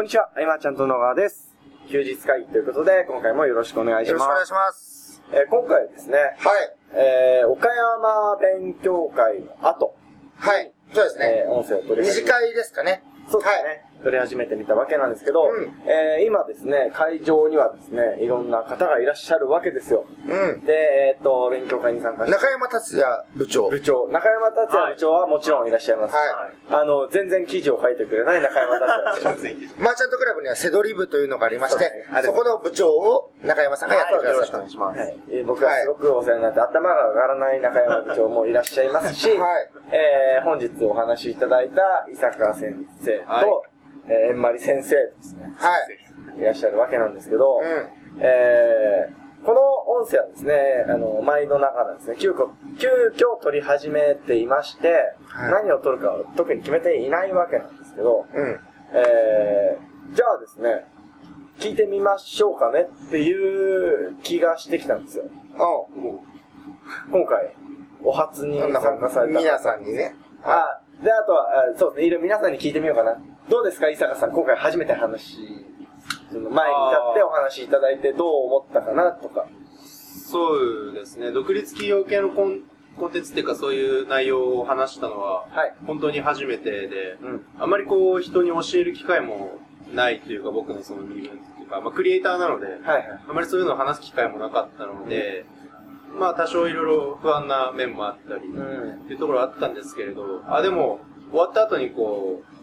にちは、今ちゃんと野川です。休日会議ということで、今回もよろしくお願いします。 よろしくお願いします。 今回はですね、 はい。 岡山勉強会の後、 はい。そうですね。 音声を取り始め短いですかね。 そうですね。 はい取り始めてみたわけなんですけど、今ですね、会場にはですね、いろんな方がいらっしゃるわけですよ。で、勉強会に参加して。 中山達也部長。 中山達也部長はもちろんいらっしゃいます。はい。全然記事を書いてくれない中山達也部長。 マーチャントクラブにはセドリ部というのがありまして、そこの部長を中山さんがやってください。 よろしくお願いします。僕はすごくお世話になって、頭が上がらない中山部長もいらっしゃいますし、本日お話しいただいた伊坂先生と、えんまり先生ですね。はい。いらっしゃるわけなんですけど、この音声はですね、前の中でですね、急遽撮り始めていまして、何を撮るかは特に決めていないわけなんですけど、じゃあですね、聞いてみましょうかねっていう気がしてきたんですよ。今回、お初に参加された。 皆さんにね。 で、あとは、そうですね、皆さんに聞いてみようかな。どうですか、伊坂さん、今回初めて前に立ってお話いただいてどう思ったかなとか。 そうですね、独立企業系のコンテンツっていうかそういう内容を話したのは、本当に初めてで、あまりこう人に教える機会もないというか、僕のその身分というか、クリエイターなので、あまりそういうのを話す機会もなかったので、多少いろいろ不安な面もあったり、っていうところはあったんですけれど、でも、終わった後にこう、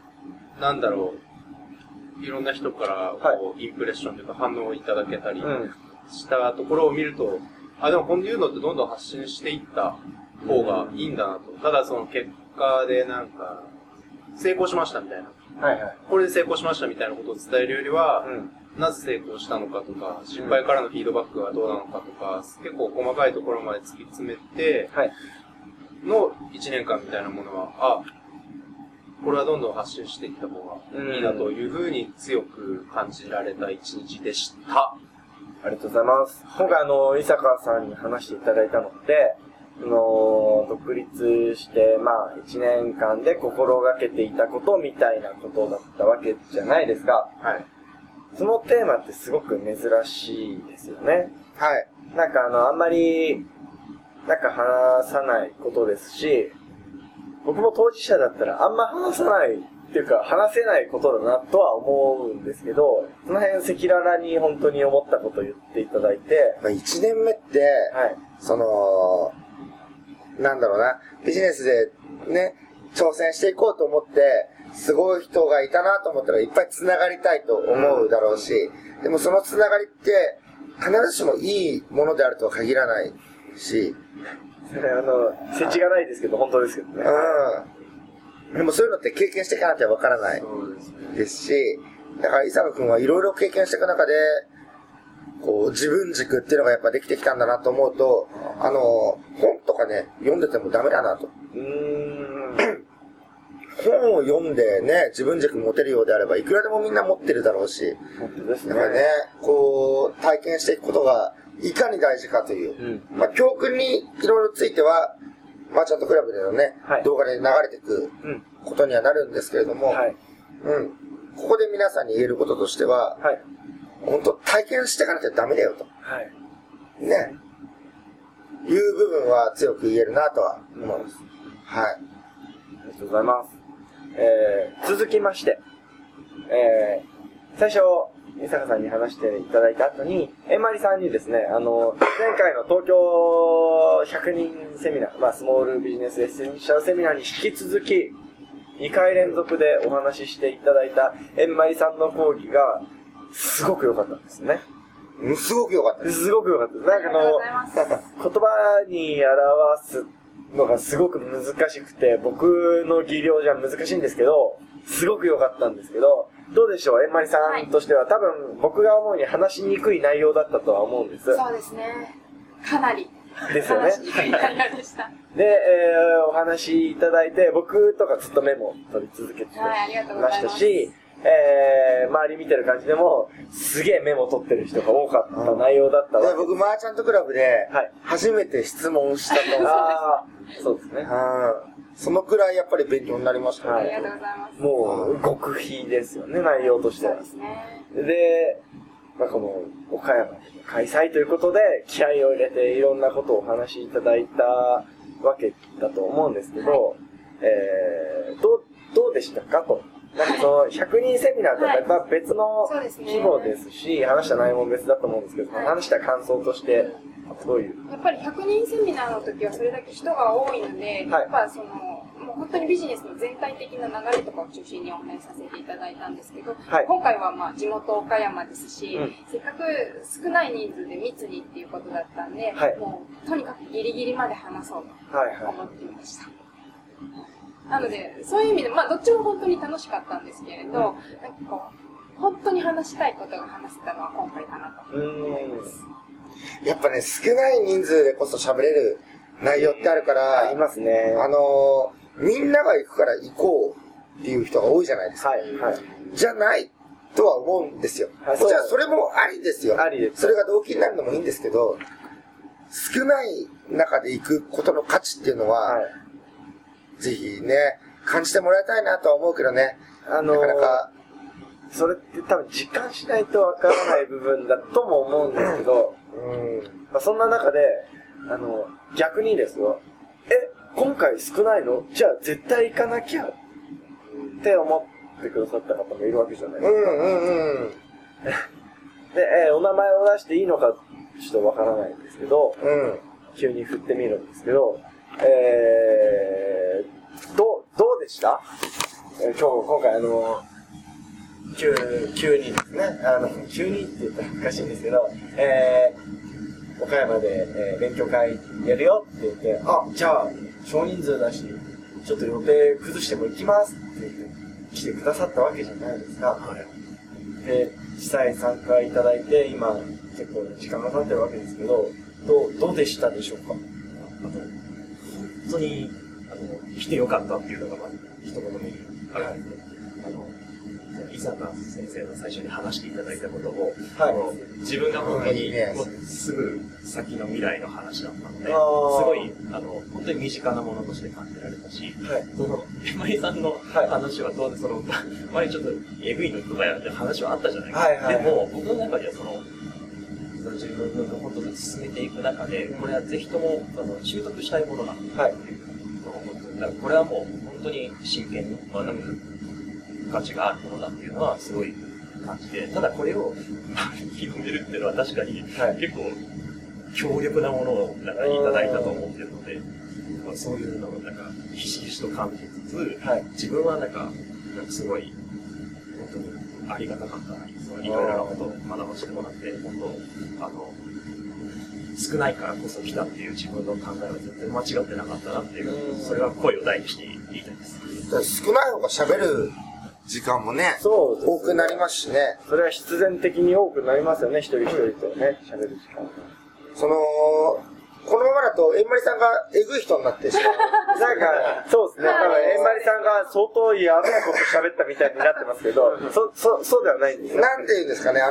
いろんな人からこう、インプレッションというか反応をいただけたりしたところを見ると、でもこういうのってどんどん発信していった方がいいんだなと。ただその結果で成功しましたみたいな。これで成功しましたみたいなことを伝えるよりは、なぜ成功したのかとか、失敗からのフィードバックはどうなのかとか、結構細かいところまで突き詰めて、の1年間みたいなものは、これはどんどん発信していった方がいいなというふうに強く感じられた一日でした。 ありがとうございます。今回伊坂さんに話していただいたのって、独立して、1年間で心がけていたことみたいなことだったわけじゃないですか。そのテーマってすごく珍しいですよね。あんまり、話さないことですし、僕も当事者だったらあんま話さないっていうか話せないことだなとは思うんですけど、その辺赤裸々に本当に思ったことを言っていただいて。 1年目って、ビジネスでね、挑戦していこうと思って、すごい人がいたなと思ったらいっぱい繋がりたいと思うだろうし、でもその繋がりって必ずしもいいものであるとは限らないし、 それ設置がないですけど、本当ですけどね。 でもそういうのって経験していかなきゃわからないですし、だから伊坂くんはいろいろ経験していく中で、こう自分軸っていうのがやっぱできてきたんだなと思うと、本とかね、読んでてもダメだなと。本を読んでね、自分軸持てるようであれば、いくらでもみんな持ってるだろうし、だからね、こう、体験していくことが、いかに大事かという。教訓にいろいろついては、マーチャントクラブでのね、動画で流れていくことにはなるんですけれども、ここで皆さんに言えることとしては、本当体験していかなきゃダメだよと。ね。いう部分は強く言えるなとは思います。 ありがとうございます。続きまして、最初、伊坂さんに話していただいた後に、えんまりさんにですね、前回の東京100人セミナー、スモールビジネスエッセンシャルセミナーに引き続き、2回連続でお話ししていただいたえんまりさんの講義が、すごく良かったんですね。 すごく良かったです。 すごく良かったです。言葉に表すのがすごく難しくて、僕の技量じゃ難しいんですけど、すごく良かったんですけど、どうでしょう、えんまりさんとしては、多分僕が思うに話しにくい内容だったとは思うんです。 そうですね。かなり。 ですよね。 話しにくい内容でした。 で、お話いただいて、僕とかずっとメモ取り続けてましたし、 周り見てる感じでも、すげえメモ取ってる人が多かった内容だったわけです。 僕、マーチャントクラブで、初めて質問したと思う。 そうですね。 そのくらいやっぱり勉強になりましたね。 ありがとうございます。 もう、極秘ですよね、内容としては。 そうですね。 で、この、岡山で開催ということで、気合を入れていろんなことをお話しいただいたわけだと思うんですけど、どうでしたかと。なんかその、100人セミナーとはまた別の規模ですし、話した内容も別だと思うんですけど、話した感想として、どういうやっぱり100人セミナーの時はそれだけ人が多いので、やっぱその、もう本当にビジネスの全体的な流れとかを中心にお話しさせていただいたんですけど、今回は地元岡山ですし、せっかく少ない人数で密にっていうことだったんで、もうとにかくギリギリまで話そうと思っていました。なので、そういう意味で、どっちも本当に楽しかったんですけれど、なんかこう、本当に話したいことが話せたのは今回かなと思います。 やっぱね、少ない人数でこそ喋れる内容ってあるから、 ありますね。 みんなが行くから行こうっていう人が多いじゃないですか。じゃないとは思うんですよ。じゃあそれもありですよ。 ありです。 それが動機になるのもいいんですけど、少ない中で行くことの価値っていうのは、ぜひね、感じてもらいたいなとは思うけどね。なかなか。 それって多分実感しないとわからない部分だとも思うんですけど、そんな中で、逆にですよ、今回少ないの？じゃあ絶対行かなきゃって思ってくださった方もいるわけじゃないですか。で、お名前を出していいのかちょっとわからないんですけど、急に振ってみるんですけど、どうでした？今回急にですね、急にって言ったらおかしいんですけど、岡山で、勉強会やるよって言って、じゃあ、少人数だし、ちょっと予定崩しても行きますって言って来てくださったわけじゃないですか。で、実際参加いただいて、今、結構時間が経ってるわけですけど、どうでしたでしょうか？ 本当に、来てよかったっていうのが、一言目にあるんで、伊坂先生の最初に話していただいたことも、自分が本当にすぐ先の未来の話だったので、すごい本当に身近なものとして感じられたし、そのエマリさんの話はちょっとエグいのとかやって話はあったじゃないですか。でも僕の中では自分の本当に進めていく中で、これはぜひとも習得したいものだっていうのを思って、これはもう本当に真剣に学ぶ価値があるものだっていうのはすごい感じて、ただこれを広めるっていうのは確かに結構強力なものをいただいたと思ってるので、そういうのをひしひしと感じつつ、自分はすごい本当にありがたかったり、いろいろなことを学ばせてもらって、本当少ないからこそ来たっていう自分の考えは絶対間違ってなかったなっていう、それは声を大にして言いたいです。 少ない方が喋る時間もね、多くなりますしね。 それは必然的に多くなりますよね、一人一人とね、喋る時間。 このままだと、えんまりさんがえぐい人になってしまう。 そうですね。えんまりさんが相当やべえこと喋ったみたいになってますけど、そうではないんですよ。 なんて言うんですかね、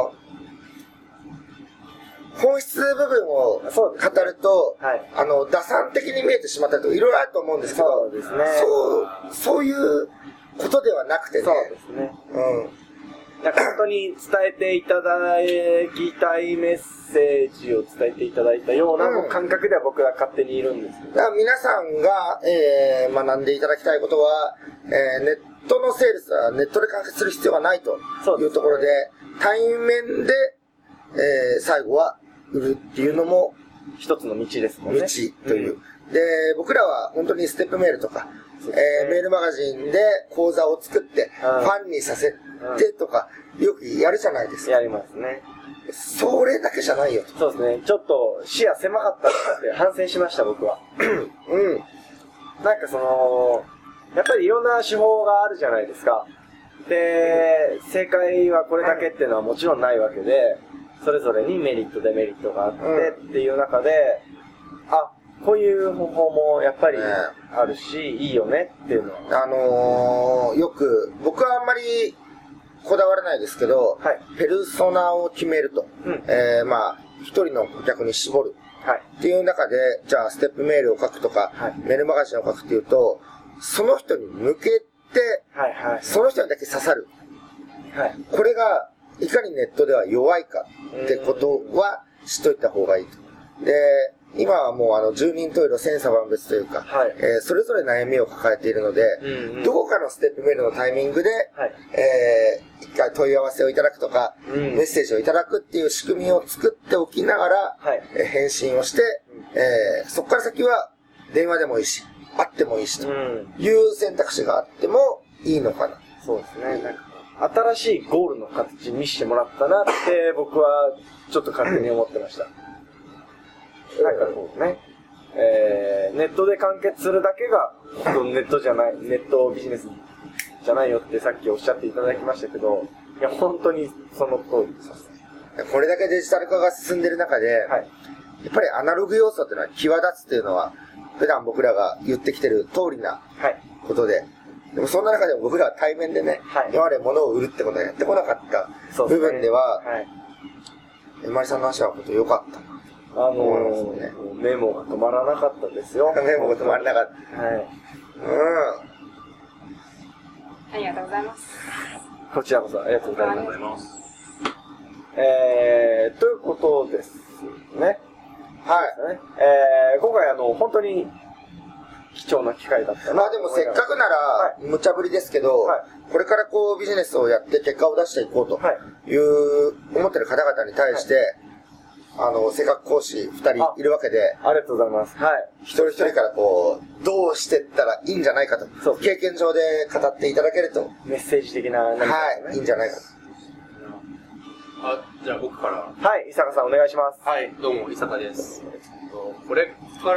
本質部分を語ると、打算的に見えてしまったりといろいろあると思うんですけど、そういうことではなくてね。 そうですね。本当に伝えていただきたいメッセージを伝えていただいたような感覚では僕は勝手にいるんですけど。 だから皆さんが、学んでいただきたいことは、ネットのセールスはネットで完結する必要がないというところで、対面で、最後は売るっていうのも一つの道ですもんね。 道という。で、僕らは本当にステップメールとか、メールマガジンで講座を作って、ファンにさせてとか、よくやるじゃないですか。 やりますね。 それだけじゃないよと。 そうですね。ちょっと視野狭かったって反省しました、僕は。なんかやっぱりいろんな手法があるじゃないですか。で、正解はこれだけっていうのはもちろんないわけで、それぞれにメリットデメリットがあってっていう中で、こういう方法もやっぱりあるし、いいよねっていうのは。 よく、僕はあんまりこだわらないですけど、ペルソナを決めると。一人の顧客に絞る。っていう中で、じゃあ、ステップメールを書くとか、メールマガジンを書くっていうと、その人に向けて、その人にだけ刺さる。これが、いかにネットでは弱いかってことは知っといた方がいいと。で、今はもう十人十色千差万別というか、それぞれ悩みを抱えているので、どこかのステップメールのタイミングで、一回問い合わせをいただくとか、メッセージをいただくっていう仕組みを作っておきながら、返信をして、そこから先は電話でもいいし、会ってもいいしという選択肢があってもいいのかな。 そうですね。なんか新しいゴールの形に見せてもらったなって僕はちょっと勝手に思ってました。なんかこうね、ネットで完結するだけがネットじゃない、ネットビジネスじゃないよってさっきおっしゃっていただきましたけど、いや本当にその通りです。 これだけデジタル化が進んでる中で、やっぱりアナログ要素っていうのは際立つっていうのは普段僕らが言ってきてる通りなことで、でもそんな中でも僕らは対面でね、今まで物を売るってことはやってこなかった部分では、エマリさんの話は本当良かった。 メモが止まらなかったですよ。 メモが止まらなかった。 ありがとうございます。 こちらこそありがとうございます。ということですね。今回本当に貴重な機会だったな。 でもせっかくなら、無茶ぶりですけど、これからこうビジネスをやって結果を出していこうという思ってる方々に対して、せっかく講師2人いるわけで、 ありがとうございます。 一人一人からこう、どうしてったらいいんじゃないかと、経験上で語っていただけると、 メッセージ的な、 いいんじゃないかと。 じゃあ僕から。 伊坂さんお願いします。 どうも、伊坂です。これから、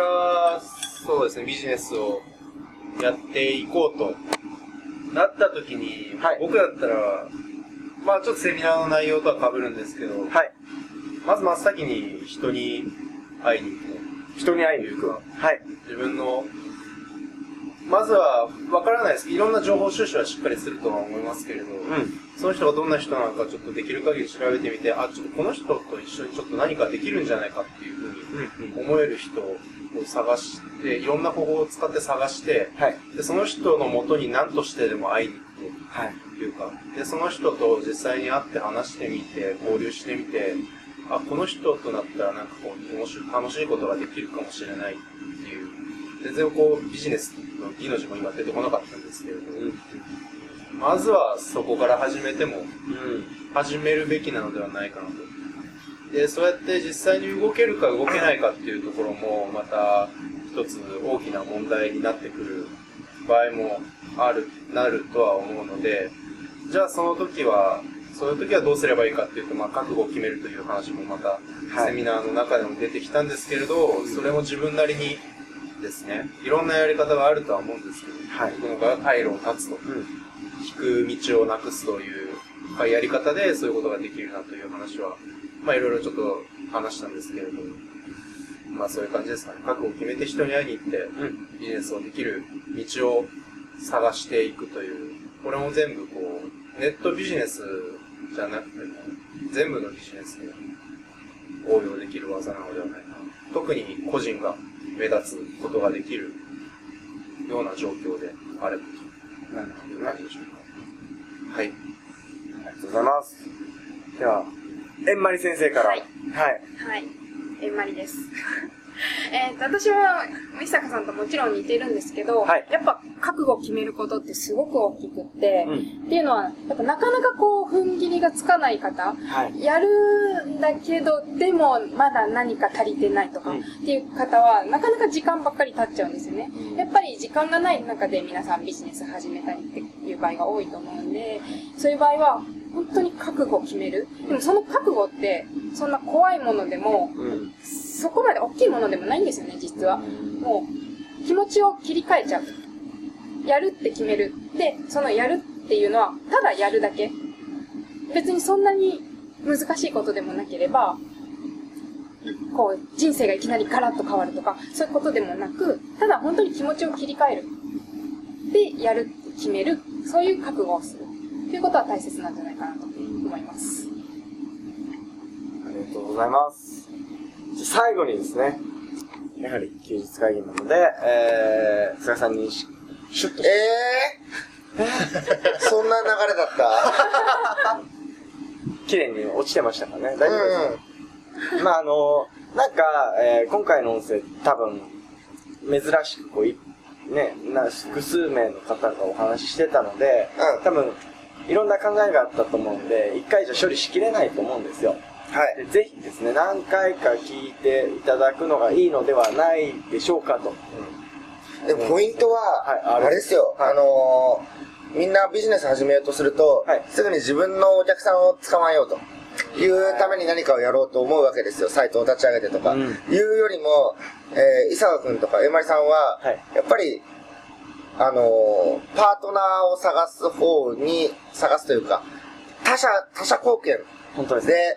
そうですね、ビジネスをやっていこうとなった時に、僕だったら、ちょっとセミナーの内容とは被るんですけど、まず真っ先に人に会いに行く。 人に会いに行く。 自分の、まずは分からないですけど、いろんな情報収集はしっかりするとは思いますけれど、その人がどんな人なのかちょっとできる限り調べてみて、ちょっとこの人と一緒にちょっと何かできるんじゃないかっていうふうに思える人を探して、いろんな方法を使って探して、でその人の元に何としてでも会いに行くというか、でその人と実際に会って話してみて、交流してみて、この人となったらなんかこう楽しいことができるかもしれないっていう、全然こうビジネスの「い」の字も今出てこなかったんですけれど、まずはそこから始めても、始めるべきなのではないかなと。でそうやって実際に動けるか動けないかっていうところもまた一つ大きな問題になってくる場合もなるとは思うので、じゃあそういう時はどうすればいいかっていうと、覚悟を決めるという話もまたセミナーの中でも出てきたんですけれど、それも自分なりにですね、いろんなやり方があるとは思うんですけど、僕の場合は退路を断つと、引く道をなくすというやり方でそういうことができるなという話は、いろいろちょっと話したんですけれど、そういう感じですかね。覚悟を決めて人に会いに行って、ビジネスをできる道を探していくという、これも全部こう、ネットビジネスじゃなくても、全部のビジネスで応用できる技なのではないかな。特に個人が目立つことができるような状況であればという感じでしょうか。ありがとうございます。では、えんまり先生から。 えんまりです。私は伊坂さんともちろん似てるんですけど、やっぱ覚悟を決めることってすごく大きくって、っていうのはやっぱなかなかこう踏ん切りがつかない方、やるんだけどでもまだ何か足りてないとかっていう方はなかなか時間ばっかり経っちゃうんですよね。やっぱり時間がない中で皆さんビジネス始めたりっていう場合が多いと思うんで、そういう場合は本当に覚悟を決める。でもその覚悟ってそんな怖いものでも、そこまで大きいものでもないんですよね、実は。もう気持ちを切り替えちゃう。やるって決める。で、そのやるっていうのはただやるだけ。別にそんなに難しいことでもなければ、こう人生がいきなりガラッと変わるとか、そういうことでもなく、ただ本当に気持ちを切り替える。で、やるって決める。そういう覚悟をする。っということは大切なんじゃないかなと思います。 ありがとうございます。じゃ最後にですね、やはり休日会議なので、菅さんにシュッとそんな流れだった綺麗に落ちてましたかね。大丈夫ですか？まあなんか、今回の音声多分珍しく複数名の方がお話ししてたので、多分いろんな考えがあったと思うんで、一回じゃ処理しきれないと思うんですよ。はい。でぜひですね、何回か聞いていただくのがいいのではないでしょうかと。 でもポイントは、あれですよ、みんなビジネス始めようとすると、すぐに自分のお客さんを捕まえようというために何かをやろうと思うわけですよ。サイトを立ち上げてとか、いうよりも、伊坂君とかえまりさんは、やっぱりパートナーを探すというか、他者貢献で、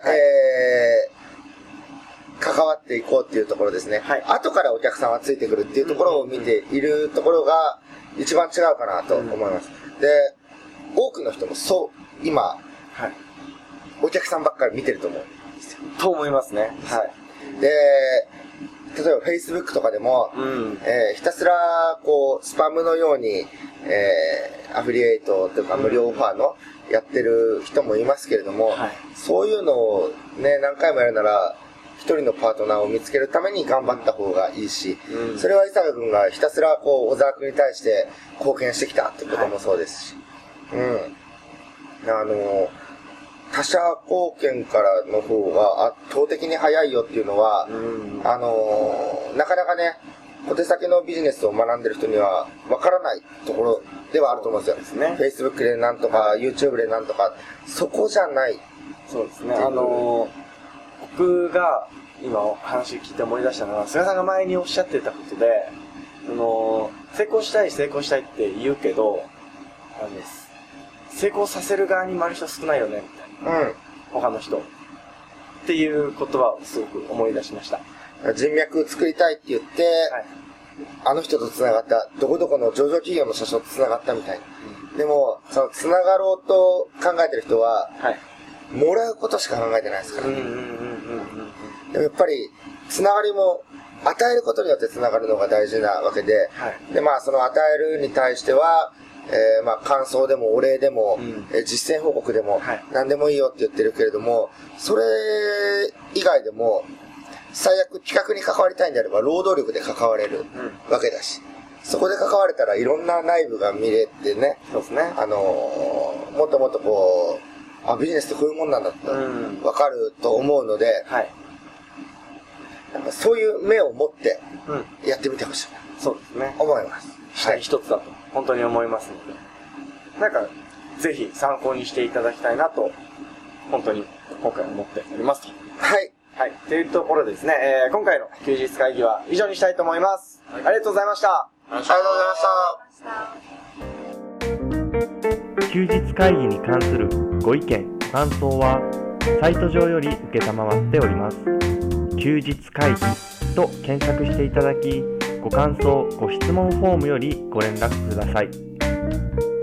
関わっていこうっていうところですね。後からお客さんはついてくるっていうところを見ているところが一番違うかなと思います。で、多くの人も今、お客さんばっかり見てると思うんですよ。 と思いますね。はい。 で、例えば Facebook とかでも、ひたすらスパムのように、アフィリエイトというか無料オファーのやってる人もいますけれども、そういうのをね、何回もやるなら、一人のパートナーを見つけるために頑張った方がいいし、それは伊坂君がひたすら小沢君に対して貢献してきたってこともそうですし、他者貢献からの方が圧倒的に早いよっていうのは、なかなかね、小手先のビジネスを学んでる人にはわからないところではあると思うんですよ。Facebook でなんとか、YouTube でなんとか、そこじゃない。 そうですね。僕が今話聞いて思い出したのは、菅さんが前におっしゃってたことで、成功したいって言うけど、成功させる側に回る人少ないよね、みたいな。他の人。っていう言葉をすごく思い出しました。 人脈作りたいって言って、あの人と繋がった、どこどこの上場企業の社長と繋がったみたいな。でも、その繋がろうと考えてる人は、もらうことしか考えてないですから。でもやっぱり、繋がりも、与えることによって繋がるのが大事なわけで、で、その与えるに対しては、感想でもお礼でも、実践報告でも、何でもいいよって言ってるけれども、それ以外でも、最悪企画に関わりたいんであれば、労働力で関われるわけだし、そこで関われたらいろんな内部が見れてね、もっともっとビジネスってこういうもんなんだって分かると思うので、なんかそういう目を持ってやってみてほしい。 そうですね。 思います。 一つだと本当に思いますので、なんかぜひ参考にしていただきたいなと本当に今回思っております。というところでですね、今回の休日会議は以上にしたいと思います。ありがとうございました。 ありがとうございました。休日会議に関するご意見、ご感想はサイト上より受けたまわっております。休日会議と検索していただき、ご感想、ご質問フォームよりご連絡ください。